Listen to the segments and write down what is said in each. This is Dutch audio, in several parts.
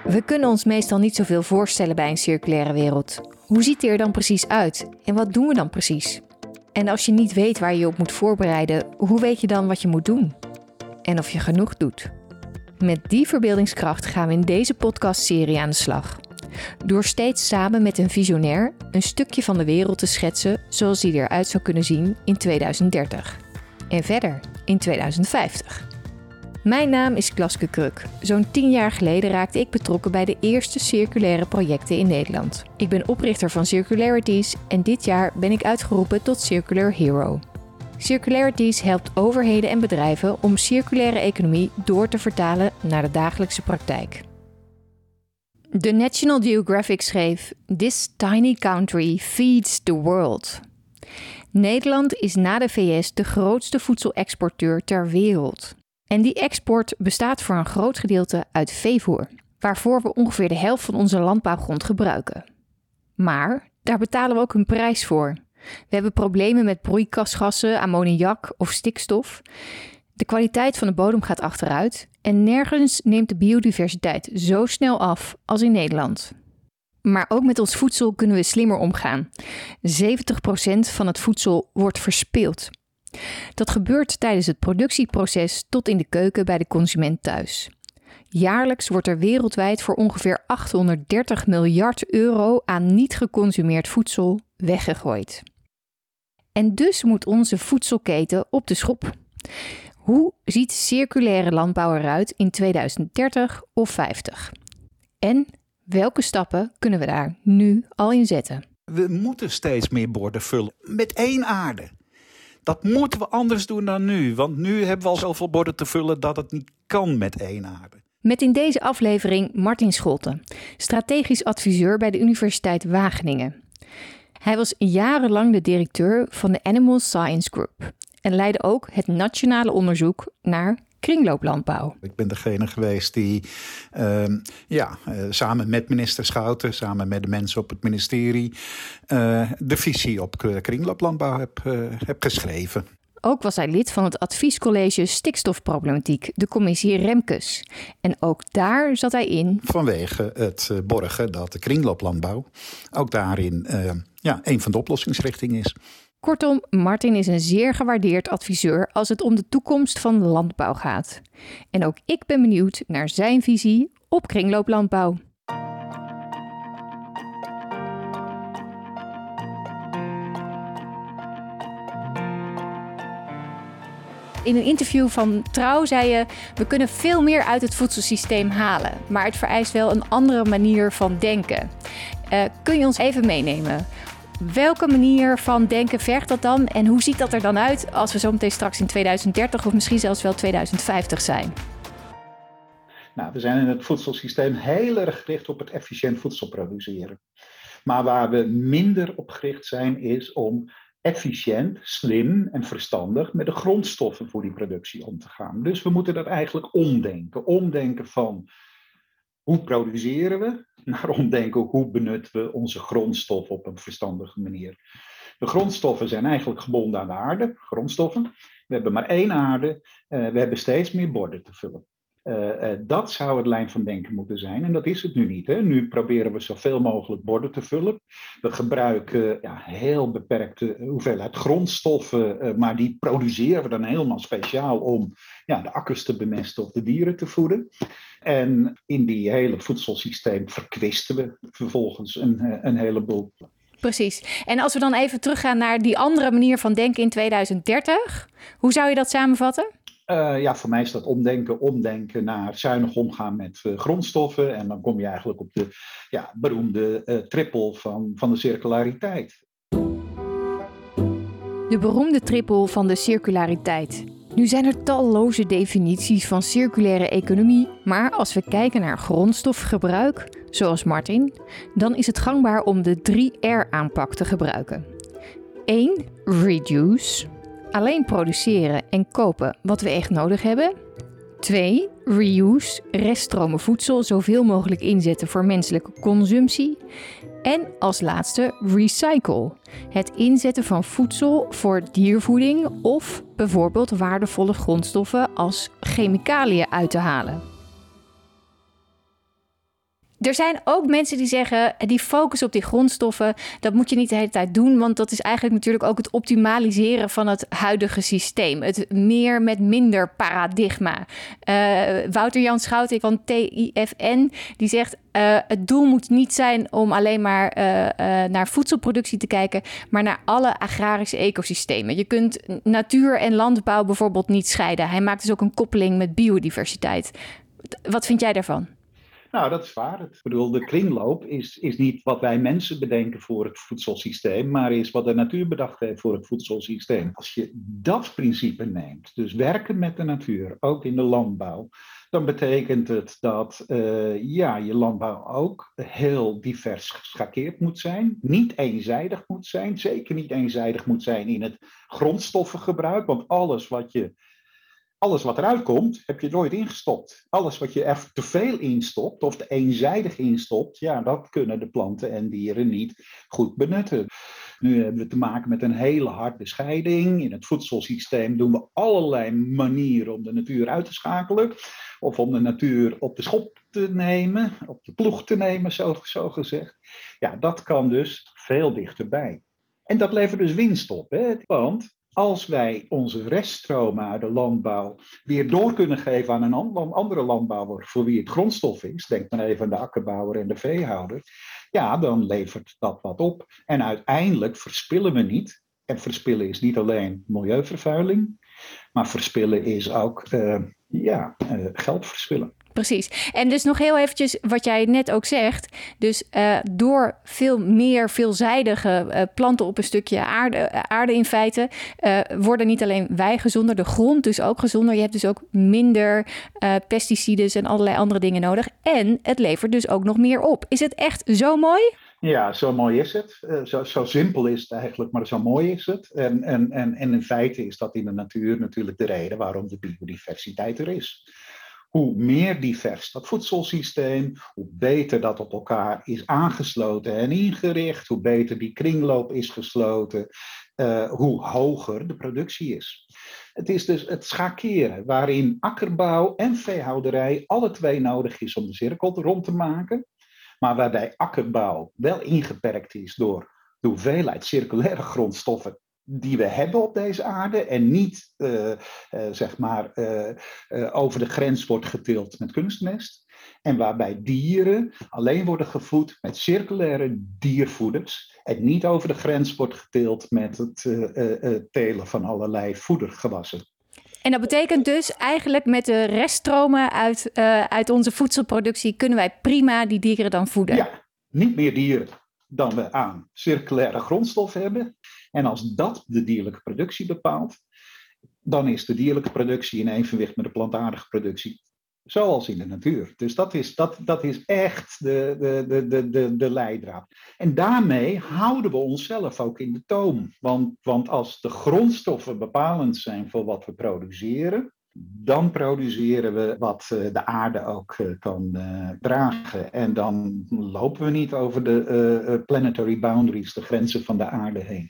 We kunnen ons meestal niet zoveel voorstellen bij een circulaire wereld. Hoe ziet die er dan precies uit? En wat doen we dan precies? En als je niet weet waar je je op moet voorbereiden, hoe weet je dan wat je moet doen? En of je genoeg doet? Met die verbeeldingskracht gaan we in deze podcastserie aan de slag. Door steeds samen met een visionair een stukje van de wereld te schetsen zoals die eruit zou kunnen zien in 2030. En verder in 2050. Mijn naam is Klaske Kruk. Zo'n 10 jaar geleden raakte ik betrokken bij de eerste circulaire projecten in Nederland. Ik ben oprichter van Circularities en dit jaar ben ik uitgeroepen tot Circular Hero. Circularities helpt overheden en bedrijven om circulaire economie door te vertalen naar de dagelijkse praktijk. The National Geographic schreef: "This tiny country feeds the world." Nederland is na de VS de grootste voedselexporteur ter wereld. En die export bestaat voor een groot gedeelte uit veevoer, waarvoor we ongeveer de helft van onze landbouwgrond gebruiken. Maar daar betalen we ook een prijs voor. We hebben problemen met broeikasgassen, ammoniak of stikstof. De kwaliteit van de bodem gaat achteruit en nergens neemt de biodiversiteit zo snel af als in Nederland. Maar ook met ons voedsel kunnen we slimmer omgaan. 70% van het voedsel wordt verspild. Dat gebeurt tijdens het productieproces tot in de keuken bij de consument thuis. Jaarlijks wordt er wereldwijd voor ongeveer 830 miljard euro aan niet geconsumeerd voedsel weggegooid. En dus moet onze voedselketen op de schop. Hoe ziet circulaire landbouw eruit in 2030 of 50? En welke stappen kunnen we daar nu al in zetten? We moeten steeds meer borden vullen met 1 aarde. Dat moeten we anders doen dan nu. Want nu hebben we al zoveel borden te vullen dat het niet kan met 1 aarde. Met in deze aflevering Martin Scholten, strategisch adviseur bij de Universiteit Wageningen. Hij was jarenlang de directeur van de Animal Science Group en leidde ook het nationale onderzoek naar kringlooplandbouw. Ik ben degene geweest die samen met minister Schouten, samen met de mensen op het ministerie, de visie op kringlooplandbouw heb geschreven. Ook was hij lid van het adviescollege Stikstofproblematiek, de commissie Remkes. En ook daar zat hij in. Vanwege het borgen dat de kringlooplandbouw ook daarin een van de oplossingsrichtingen is. Kortom, Martin is een zeer gewaardeerd adviseur als het om de toekomst van de landbouw gaat. En ook ik ben benieuwd naar zijn visie op kringlooplandbouw. In een interview van Trouw zei je: we kunnen veel meer uit het voedselsysteem halen, maar het vereist wel een andere manier van denken. Kun je ons even meenemen? Welke manier van denken vergt dat dan en hoe ziet dat er dan uit als we zo meteen straks in 2030 of misschien zelfs wel 2050 zijn? Nou, we zijn in het voedselsysteem heel erg gericht op het efficiënt voedsel produceren. Maar waar we minder op gericht zijn is om efficiënt, slim en verstandig met de grondstoffen voor die productie om te gaan. Dus we moeten dat eigenlijk omdenken. Omdenken van hoe produceren we, naar omdenken hoe benutten we onze grondstoffen op een verstandige manier. De grondstoffen zijn eigenlijk gebonden aan de aarde, grondstoffen. We hebben maar 1 aarde, we hebben steeds meer borden te vullen. Dat zou het lijn van denken moeten zijn en dat is het nu niet. Hè? Nu proberen we zoveel mogelijk borden te vullen. We gebruiken heel beperkte hoeveelheid grondstoffen, maar die produceren we dan helemaal speciaal om de akkers te bemesten of de dieren te voeden. En in die hele voedselsysteem verkwisten we vervolgens een heleboel. Precies. En als we dan even teruggaan naar die andere manier van denken in 2030, hoe zou je dat samenvatten? Voor mij is dat omdenken naar zuinig omgaan met grondstoffen. En dan kom je eigenlijk op de beroemde triple van de circulariteit. De beroemde triple van de circulariteit. Nu zijn er talloze definities van circulaire economie, maar als we kijken naar grondstofgebruik, zoals Martin, dan is het gangbaar om de 3R-aanpak te gebruiken. 1. Reduce. Alleen produceren en kopen wat we echt nodig hebben. 2. Reuse. Reststromen voedsel zoveel mogelijk inzetten voor menselijke consumptie. En als laatste recycle. Het inzetten van voedsel voor diervoeding of bijvoorbeeld waardevolle grondstoffen als chemicaliën uit te halen. Er zijn ook mensen die zeggen, die focus op die grondstoffen, dat moet je niet de hele tijd doen, want dat is eigenlijk natuurlijk ook het optimaliseren van het huidige systeem. Het meer met minder paradigma. Wouter Jan Schouten van TIFN, die zegt, het doel moet niet zijn om alleen maar naar voedselproductie te kijken, maar naar alle agrarische ecosystemen. Je kunt natuur en landbouw bijvoorbeeld niet scheiden. Hij maakt dus ook een koppeling met biodiversiteit. Wat vind jij daarvan? Nou, dat is waar. Ik bedoel, de kringloop is niet wat wij mensen bedenken voor het voedselsysteem, maar is wat de natuur bedacht heeft voor het voedselsysteem. Als je dat principe neemt, dus werken met de natuur, ook in de landbouw, dan betekent het dat je landbouw ook heel divers geschakeerd moet zijn. Niet eenzijdig moet zijn. Zeker niet eenzijdig moet zijn in het grondstoffengebruik. Want alles wat eruit komt, heb je nooit ingestopt. Alles wat je er te veel instopt of te eenzijdig instopt, ja, dat kunnen de planten en dieren niet goed benutten. Nu hebben we te maken met een hele harde scheiding. In het voedselsysteem doen we allerlei manieren om de natuur uit te schakelen. Of om de natuur op de schop te nemen, op de ploeg te nemen, zo gezegd. Ja, dat kan dus veel dichterbij. En dat levert dus winst op, hè? Want als wij onze reststromen uit de landbouw weer door kunnen geven aan een andere landbouwer voor wie het grondstof is, denk maar even aan de akkerbouwer en de veehouder, ja, dan levert dat wat op. En uiteindelijk verspillen we niet. En verspillen is niet alleen milieuvervuiling, maar verspillen is ook geld verspillen. Precies. En dus nog heel eventjes wat jij net ook zegt. Dus door veel meer veelzijdige planten op een stukje aarde in feite, worden niet alleen wij gezonder, de grond dus ook gezonder. Je hebt dus ook minder pesticiden en allerlei andere dingen nodig. En het levert dus ook nog meer op. Is het echt zo mooi? Ja, zo mooi is het. Zo simpel is het eigenlijk, maar zo mooi is het. En in feite is dat in de natuur natuurlijk de reden waarom de biodiversiteit er is. Hoe meer divers dat voedselsysteem, hoe beter dat op elkaar is aangesloten en ingericht, hoe beter die kringloop is gesloten, hoe hoger de productie is. Het is dus het schakeren waarin akkerbouw en veehouderij alle twee nodig is om de cirkel rond te maken. Maar waarbij akkerbouw wel ingeperkt is door de hoeveelheid circulaire grondstoffen die we hebben op deze aarde en niet over de grens wordt getild met kunstmest. En waarbij dieren alleen worden gevoed met circulaire diervoeders en niet over de grens wordt getild met het telen van allerlei voedergewassen. En dat betekent dus eigenlijk met de reststromen uit onze voedselproductie kunnen wij prima die dieren dan voeden. Ja, niet meer dieren dan we aan circulaire grondstof hebben. En als dat de dierlijke productie bepaalt, dan is de dierlijke productie in evenwicht met de plantaardige productie. Zoals in de natuur. Dus dat is echt de leidraad. En daarmee houden we onszelf ook in de toom. Want als de grondstoffen bepalend zijn voor wat we produceren, dan produceren we wat de aarde ook kan dragen. En dan lopen we niet over de planetary boundaries, de grenzen van de aarde heen.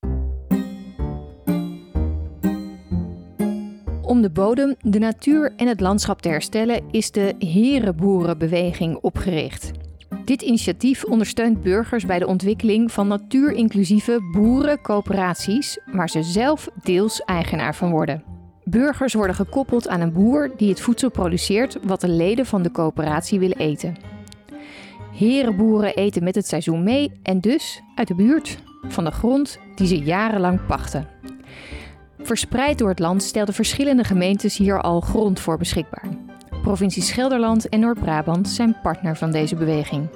Om de bodem, de natuur en het landschap te herstellen is de Herenboerenbeweging opgericht. Dit initiatief ondersteunt burgers bij de ontwikkeling van natuurinclusieve boerencoöperaties, waar ze zelf deels eigenaar van worden. Burgers worden gekoppeld aan een boer die het voedsel produceert wat de leden van de coöperatie willen eten. Herenboeren eten met het seizoen mee en dus uit de buurt van de grond die ze jarenlang pachten. Verspreid door het land stelden verschillende gemeentes hier al grond voor beschikbaar. Provincies Gelderland en Noord-Brabant zijn partner van deze beweging.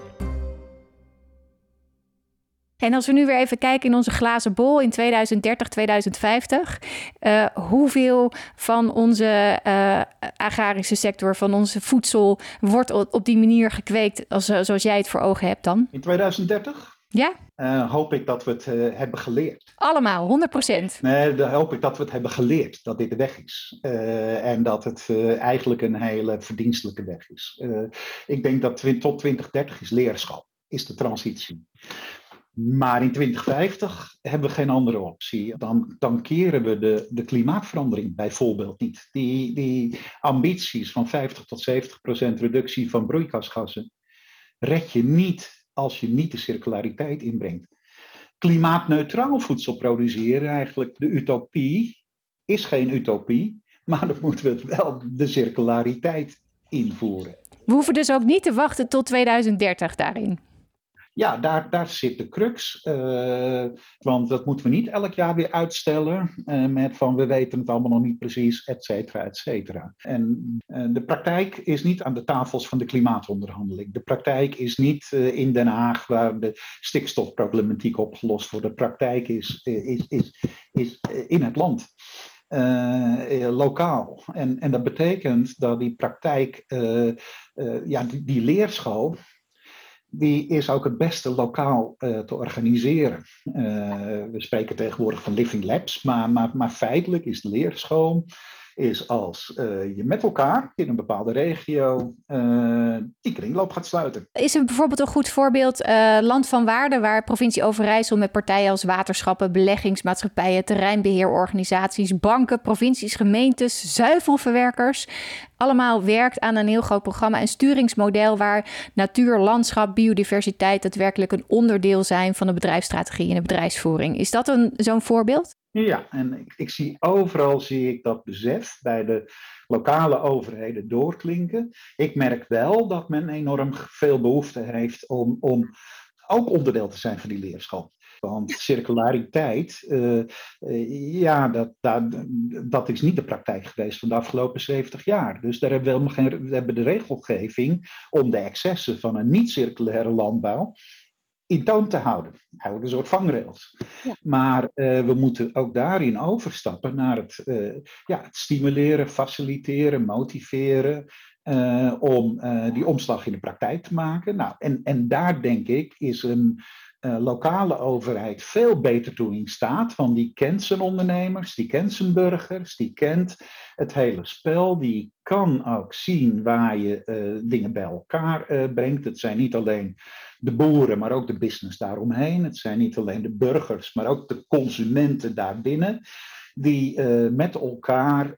En als we nu weer even kijken in onze glazen bol in 2030, 2050... hoeveel van onze agrarische sector, van onze voedsel, wordt op die manier gekweekt zoals jij het voor ogen hebt dan? In 2030? Ja? Hoop ik dat we het hebben geleerd. Allemaal, 100%? Nee, dan hoop ik dat we het hebben geleerd, dat dit de weg is. En dat het eigenlijk een hele verdienstelijke weg is. Ik denk dat tot 2030 is leerschap, is de transitie. Maar in 2050 hebben we geen andere optie. Dan keren we de klimaatverandering bijvoorbeeld niet. Die ambities van 50 tot 70% reductie van broeikasgassen, red je niet als je niet de circulariteit inbrengt. Klimaatneutraal voedsel produceren, eigenlijk de utopie, is geen utopie, maar dan moeten we het wel de circulariteit invoeren. We hoeven dus ook niet te wachten tot 2030 daarin. Ja, daar zit de crux. Want dat moeten we niet elk jaar weer uitstellen met van we weten het allemaal nog niet precies, et cetera, et cetera. En de praktijk is niet aan de tafels van de klimaatonderhandeling. De praktijk is niet in Den Haag waar de stikstofproblematiek opgelost wordt. De praktijk is in het land. Lokaal. En dat betekent dat die praktijk, die leerschool, die is ook het beste lokaal te organiseren. We spreken tegenwoordig van living labs, maar feitelijk is de leerschool als je met elkaar in een bepaalde regio die kringloop gaat sluiten. Is er bijvoorbeeld een goed voorbeeld Land van Waarde, waar provincie Overijssel met partijen als waterschappen, beleggingsmaatschappijen, terreinbeheerorganisaties, banken, provincies, gemeentes, zuivelverwerkers allemaal werkt aan een heel groot programma, een sturingsmodel waar natuur, landschap, biodiversiteit daadwerkelijk een onderdeel zijn van de bedrijfsstrategie en de bedrijfsvoering. Is dat zo'n voorbeeld? Ja, en ik zie overal dat besef bij de lokale overheden doorklinken. Ik merk wel dat men enorm veel behoefte heeft om ook onderdeel te zijn van die leerschool. Want circulariteit, dat is niet de praktijk geweest van de afgelopen 70 jaar. Dus daar hebben we hebben de regelgeving om de excessen van een niet-circulaire landbouw in toon te houden. Houden een soort vangrails. Ja. Maar we moeten ook daarin overstappen naar het stimuleren, faciliteren, motiveren om die omslag in de praktijk te maken. Nou, en daar denk ik is een lokale overheid veel beter toe in staat, want die kent zijn ondernemers, die kent zijn burgers, die kent het hele spel, die kan ook zien waar je dingen bij elkaar brengt. Het zijn niet alleen de boeren, maar ook de business daaromheen. Het zijn niet alleen de burgers, maar ook de consumenten daarbinnen, die met elkaar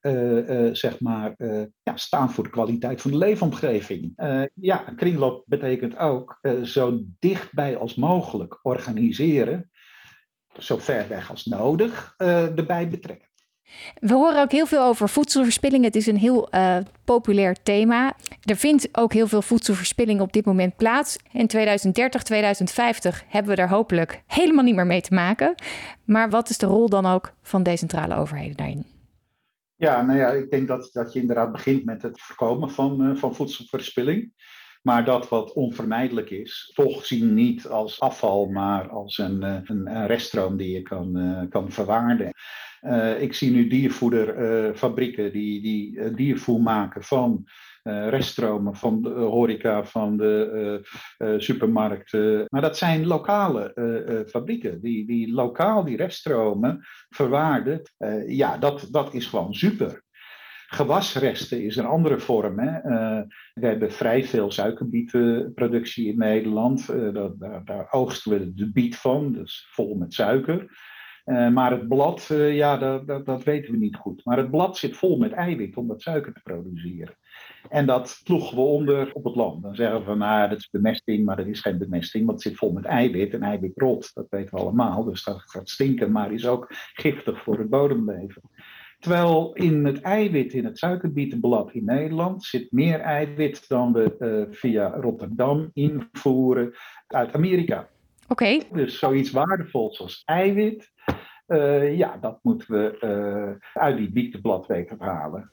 staan voor de kwaliteit van de leefomgeving. Een kringloop betekent ook zo dichtbij als mogelijk organiseren, zo ver weg als nodig, erbij betrekken. We horen ook heel veel over voedselverspilling. Het is een heel populair thema. Er vindt ook heel veel voedselverspilling op dit moment plaats. In 2030, 2050 hebben we er hopelijk helemaal niet meer mee te maken. Maar wat is de rol dan ook van decentrale overheden daarin? Ja, ik denk dat je inderdaad begint met het voorkomen van voedselverspilling. Maar dat wat onvermijdelijk is, toch zien niet als afval, maar als een reststroom die je kan verwaarden. Ik zie nu diervoederfabrieken die diervoer maken van reststromen van de horeca, van de supermarkten. Maar dat zijn lokale fabrieken die lokaal die reststromen verwaarden. Dat is gewoon super. Gewasresten is een andere vorm. Hè. We hebben vrij veel suikerbietenproductie in Nederland. Daar oogsten we de biet van, dus vol met suiker. Maar het blad, dat weten we niet goed. Maar het blad zit vol met eiwit om dat suiker te produceren. En dat ploegen we onder op het land. Dan zeggen we van, dat is bemesting, maar dat is geen bemesting, want het zit vol met eiwit. En eiwit rot, dat weten we allemaal. Dus dat gaat stinken, maar is ook giftig voor het bodemleven. Terwijl in het eiwit, in het suikerbietenblad in Nederland, zit meer eiwit dan we via Rotterdam invoeren uit Amerika. Oké. Dus zoiets waardevols als eiwit, dat moeten we uit die bietenblad weten te halen.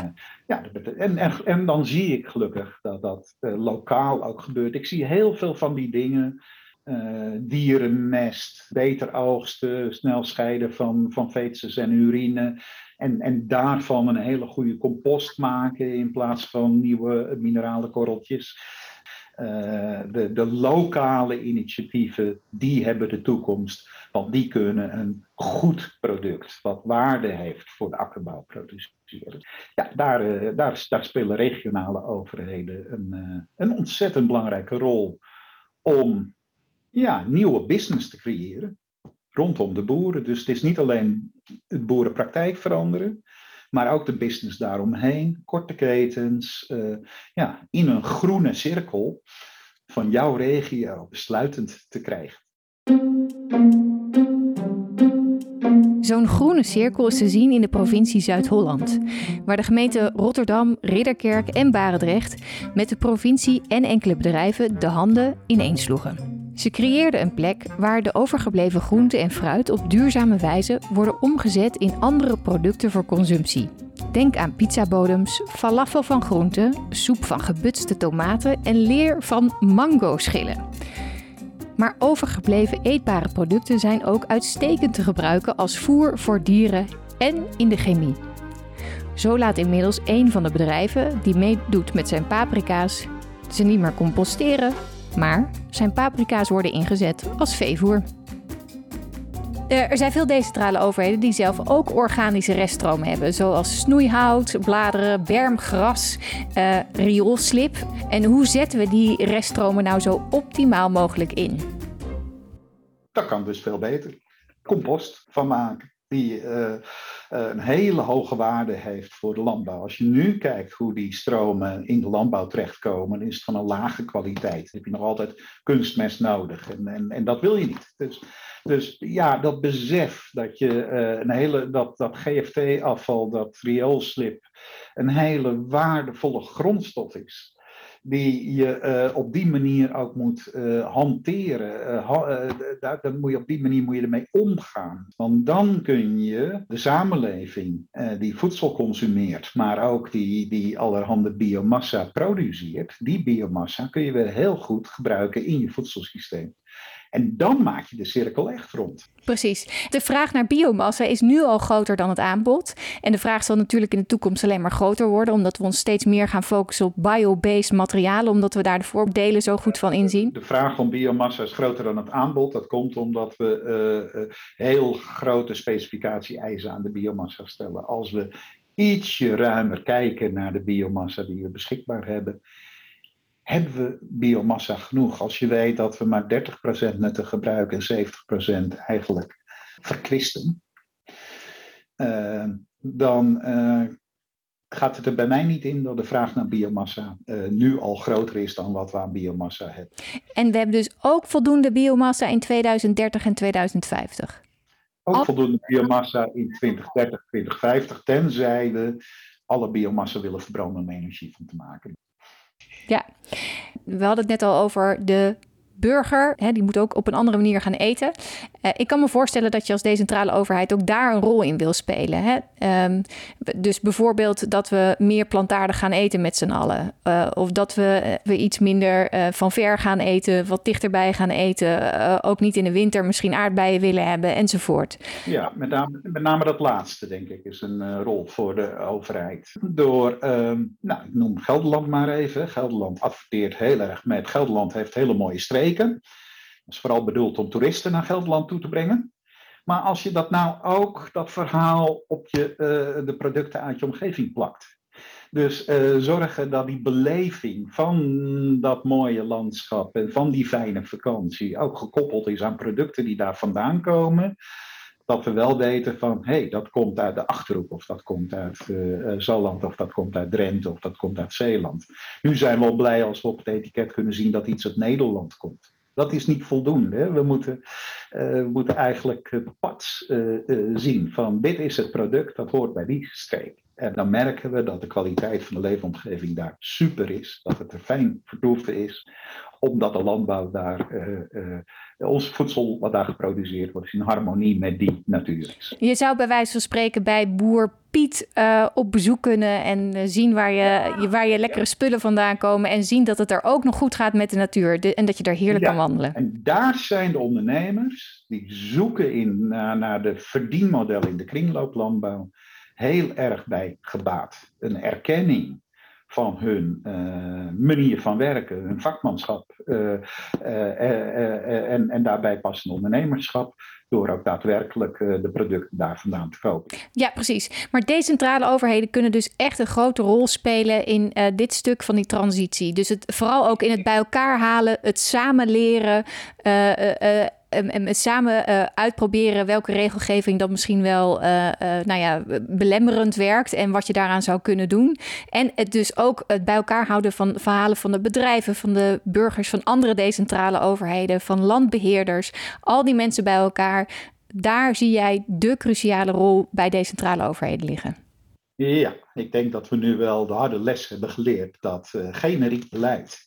En dan zie ik gelukkig dat lokaal ook gebeurt. Ik zie heel veel van die dingen. Dierenmest, beter oogsten, snel scheiden van feces en urine. En daarvan een hele goede compost maken in plaats van nieuwe mineralenkorreltjes. De lokale initiatieven, die hebben de toekomst. Want die kunnen een goed product, wat waarde heeft voor de akkerbouw produceren. Ja, daar spelen regionale overheden een ontzettend belangrijke rol om nieuwe business te creëren rondom de boeren. Dus het is niet alleen het boerenpraktijk veranderen, maar ook de business daaromheen. Korte ketens, in een groene cirkel van jouw regio besluitend te krijgen. Zo'n groene cirkel is te zien in de provincie Zuid-Holland, waar de gemeenten Rotterdam, Ridderkerk en Barendrecht met de provincie en enkele bedrijven de handen ineensloegen. Ze creëerden een plek waar de overgebleven groenten en fruit op duurzame wijze worden omgezet in andere producten voor consumptie. Denk aan pizzabodems, falafel van groenten, soep van gebutste tomaten en leer van mangoschillen. Maar overgebleven eetbare producten zijn ook uitstekend te gebruiken als voer voor dieren en in de chemie. Zo laat inmiddels een van de bedrijven die meedoet met zijn paprika's ze niet meer composteren, maar zijn paprika's worden ingezet als veevoer. Er zijn veel decentrale overheden die zelf ook organische reststromen hebben, zoals snoeihout, bladeren, bermgras, rioolslip. En hoe zetten we die reststromen nou zo optimaal mogelijk in? Dat kan dus veel beter. Compost van maken, die een hele hoge waarde heeft voor de landbouw. Als je nu kijkt hoe die stromen in de landbouw terechtkomen, is het van een lage kwaliteit. Dan heb je nog altijd kunstmest nodig en dat wil je niet. Dus ja, dat besef dat je dat GFT-afval, dat rioolslip, een hele waardevolle grondstof is, die je op die manier ook moet hanteren. Op die manier moet je ermee omgaan. Want dan kun je de samenleving die voedsel consumeert, maar ook die allerhande biomassa produceert, die biomassa kun je weer heel goed gebruiken in je voedselsysteem. En dan maak je de cirkel echt rond. Precies. De vraag naar biomassa is nu al groter dan het aanbod. En de vraag zal natuurlijk in de toekomst alleen maar groter worden, omdat we ons steeds meer gaan focussen op bio-based materialen, omdat we daar de voordelen zo goed van inzien. De vraag om biomassa is groter dan het aanbod. Dat komt omdat we heel grote specificatie-eisen aan de biomassa stellen. Als we ietsje ruimer kijken naar de biomassa die we beschikbaar hebben we biomassa genoeg? Als je weet dat we maar 30% nuttig gebruiken en 70% eigenlijk verkwisten, dan gaat het er bij mij niet in dat de vraag naar biomassa nu al groter is dan wat we aan biomassa hebben. En we hebben dus ook voldoende biomassa in 2030 en 2050? Ook voldoende biomassa in 2030, 2050, tenzij we alle biomassa willen verbranden om energie van te maken. Ja, we hadden het net al over de burger. Die moet ook op een andere manier gaan eten. Ik kan me voorstellen dat je als decentrale overheid ook daar een rol in wil spelen. Dus bijvoorbeeld dat we meer plantaardig gaan eten met z'n allen. Of dat we iets minder van ver gaan eten, wat dichterbij gaan eten. Ook niet in de winter misschien aardbeien willen hebben enzovoort. Ja, met name dat laatste denk ik is een rol voor de overheid. Door, ik noem Gelderland maar even. Gelderland adverteert heel erg met Gelderland heeft hele mooie streken. Dat is vooral bedoeld om toeristen naar Gelderland toe te brengen. Maar als je dat nou ook, dat verhaal, op de producten uit je omgeving plakt. Dus zorgen dat die beleving van dat mooie landschap en van die fijne vakantie ook gekoppeld is aan producten die daar vandaan komen. Dat we wel weten van, dat komt uit de Achterhoek, of dat komt uit Zalland, of dat komt uit Drenthe, of dat komt uit Zeeland. Nu zijn we al blij als we op het etiket kunnen zien dat iets uit Nederland komt. Dat is niet voldoende. Hè? We moeten eigenlijk pads zien van dit is het product, dat hoort bij die streek. En dan merken we dat de kwaliteit van de leefomgeving daar super is. Dat het er fijn vertoeven is. Omdat de landbouw daar, ons voedsel wat daar geproduceerd wordt, in harmonie met die natuur is. Je zou bij wijze van spreken bij boer Piet op bezoek kunnen en zien waar je lekkere spullen vandaan komen. En zien dat het er ook nog goed gaat met de natuur. En dat je daar heerlijk kan wandelen. En daar zijn de ondernemers die zoeken naar de verdienmodellen in de kringlooplandbouw heel erg bij gebaat. Een erkenning van hun manier van werken, hun vakmanschap en daarbij passend ondernemerschap, door ook daadwerkelijk de producten daar vandaan te kopen. Ja, precies. Maar decentrale overheden kunnen dus echt een grote rol spelen in dit stuk van die transitie. Dus vooral ook in het bij elkaar halen, het samen leren en samen uitproberen welke regelgeving dan misschien wel belemmerend werkt en wat je daaraan zou kunnen doen. En het dus ook het bij elkaar houden van verhalen van de bedrijven, van de burgers, van andere decentrale overheden, van landbeheerders, al die mensen bij elkaar. Daar zie jij de cruciale rol bij decentrale overheden liggen. Ja, ik denk dat we nu wel de harde les hebben geleerd dat generiek beleid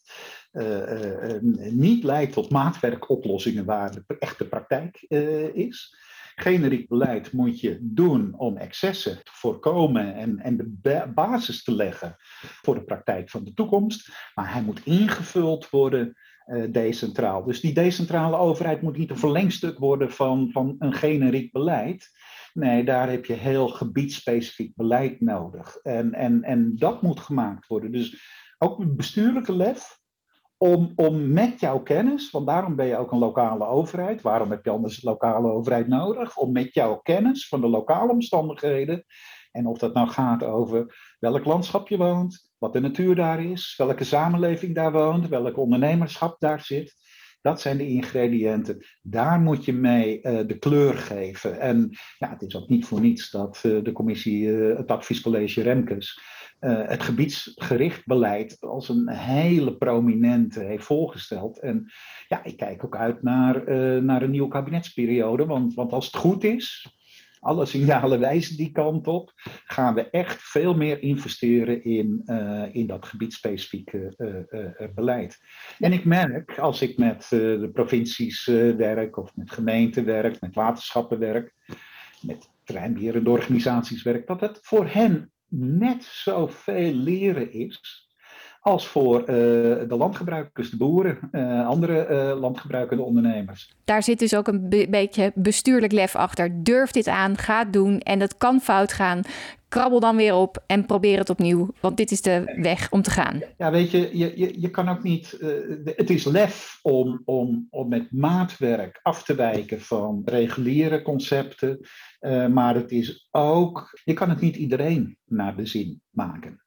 niet leidt tot maatwerkoplossingen waar de echte praktijk is. Generiek beleid moet je doen om excessen te voorkomen en de basis te leggen voor de praktijk van de toekomst. Maar hij moet ingevuld worden decentraal. Dus die decentrale overheid moet niet een verlengstuk worden van een generiek beleid. Nee, daar heb je heel gebiedsspecifiek beleid nodig. En dat moet gemaakt worden. Dus ook bestuurlijke lef om met jouw kennis, want daarom ben je ook een lokale overheid. Waarom heb je anders een lokale overheid nodig? Om met jouw kennis van de lokale omstandigheden, en of dat nou gaat over welk landschap je woont, wat de natuur daar is, welke samenleving daar woont, welk ondernemerschap daar zit. Dat zijn de ingrediënten. Daar moet je mee de kleur geven. En ja, het is ook niet voor niets dat de commissie, het adviescollege Remkes, het gebiedsgericht beleid als een hele prominente heeft voorgesteld. En ja, ik kijk ook uit naar een nieuwe kabinetsperiode. Want als het goed is, alle signalen wijzen die kant op, gaan we echt veel meer investeren in dat gebiedsspecifieke beleid. En ik merk, als ik met de provincies werk, of met gemeenten werk, met waterschappen werk, met terreinbeheerende organisaties werk, dat het voor hen net zoveel leren is als voor de landgebruikers, de boeren, andere landgebruikende ondernemers. Daar zit dus ook een beetje bestuurlijk lef achter. Durf dit aan, ga het doen en dat kan fout gaan. Krabbel dan weer op en probeer het opnieuw, want dit is de weg om te gaan. Ja, weet je kan ook niet. Het is lef om met maatwerk af te wijken van reguliere concepten. Maar het is ook. Je kan het niet iedereen naar de zin maken.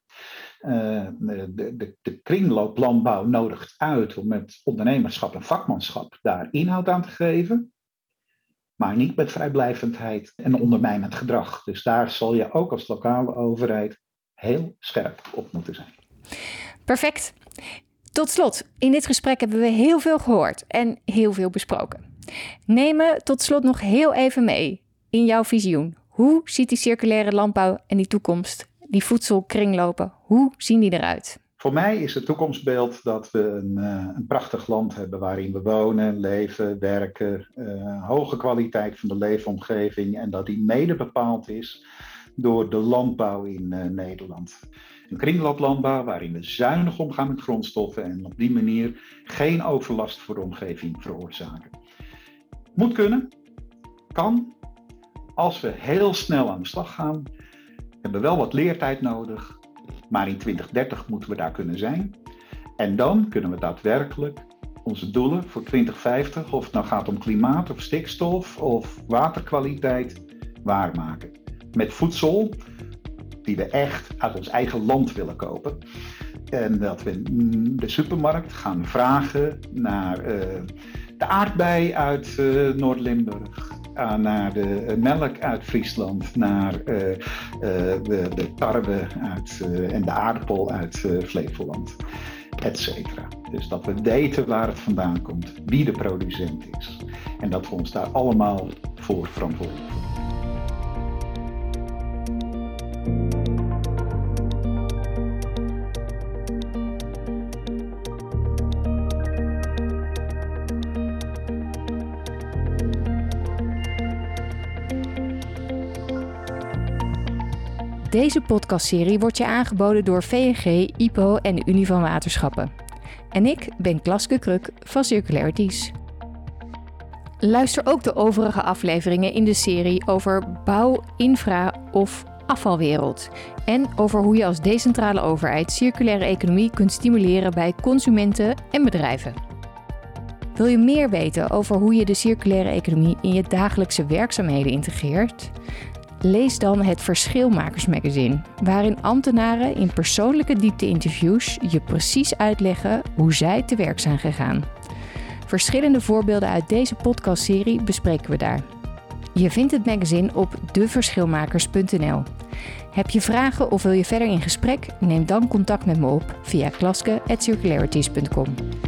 De kringlooplandbouw nodigt uit om met ondernemerschap en vakmanschap daar inhoud aan te geven. Maar niet met vrijblijvendheid en ondermijnend gedrag. Dus daar zal je ook als lokale overheid heel scherp op moeten zijn. Perfect. Tot slot, in dit gesprek hebben we heel veel gehoord en heel veel besproken. Neem me tot slot nog heel even mee in jouw visioen. Hoe ziet die circulaire landbouw en die toekomst, die voedselkringlopen, hoe zien die eruit? Voor mij is het toekomstbeeld dat we een prachtig land hebben waarin we wonen, leven, werken, hoge kwaliteit van de leefomgeving en dat die mede bepaald is door de landbouw in Nederland. Een kringlooplandbouw waarin we zuinig omgaan met grondstoffen en op die manier geen overlast voor de omgeving veroorzaken. Moet kunnen, kan, als we heel snel aan de slag gaan, hebben we wel wat leertijd nodig. Maar in 2030 moeten we daar kunnen zijn. En dan kunnen we daadwerkelijk onze doelen voor 2050, of het nou gaat om klimaat of stikstof of waterkwaliteit, waarmaken. Met voedsel die we echt uit ons eigen land willen kopen. En dat we in de supermarkt gaan vragen naar de aardbei uit Noord-Limburg. Naar de melk uit Friesland, naar de tarwe en de aardappel uit Flevoland, et cetera. Dus dat we weten waar het vandaan komt, wie de producent is. En dat we ons daar allemaal voor verantwoordelijk voelen. Deze podcastserie wordt je aangeboden door VNG, IPO en de Unie van Waterschappen. En ik ben Klaske Kruk van Circularities. Luister ook de overige afleveringen in de serie over bouw, infra of afvalwereld. En over hoe je als decentrale overheid circulaire economie kunt stimuleren bij consumenten en bedrijven. Wil je meer weten over hoe je de circulaire economie in je dagelijkse werkzaamheden integreert? Lees dan het Verschilmakersmagazine, waarin ambtenaren in persoonlijke diepte-interviews je precies uitleggen hoe zij te werk zijn gegaan. Verschillende voorbeelden uit deze podcastserie bespreken we daar. Je vindt het magazine op deverschilmakers.nl. Heb je vragen of wil je verder in gesprek? Neem dan contact met me op via klaske@circularities.com.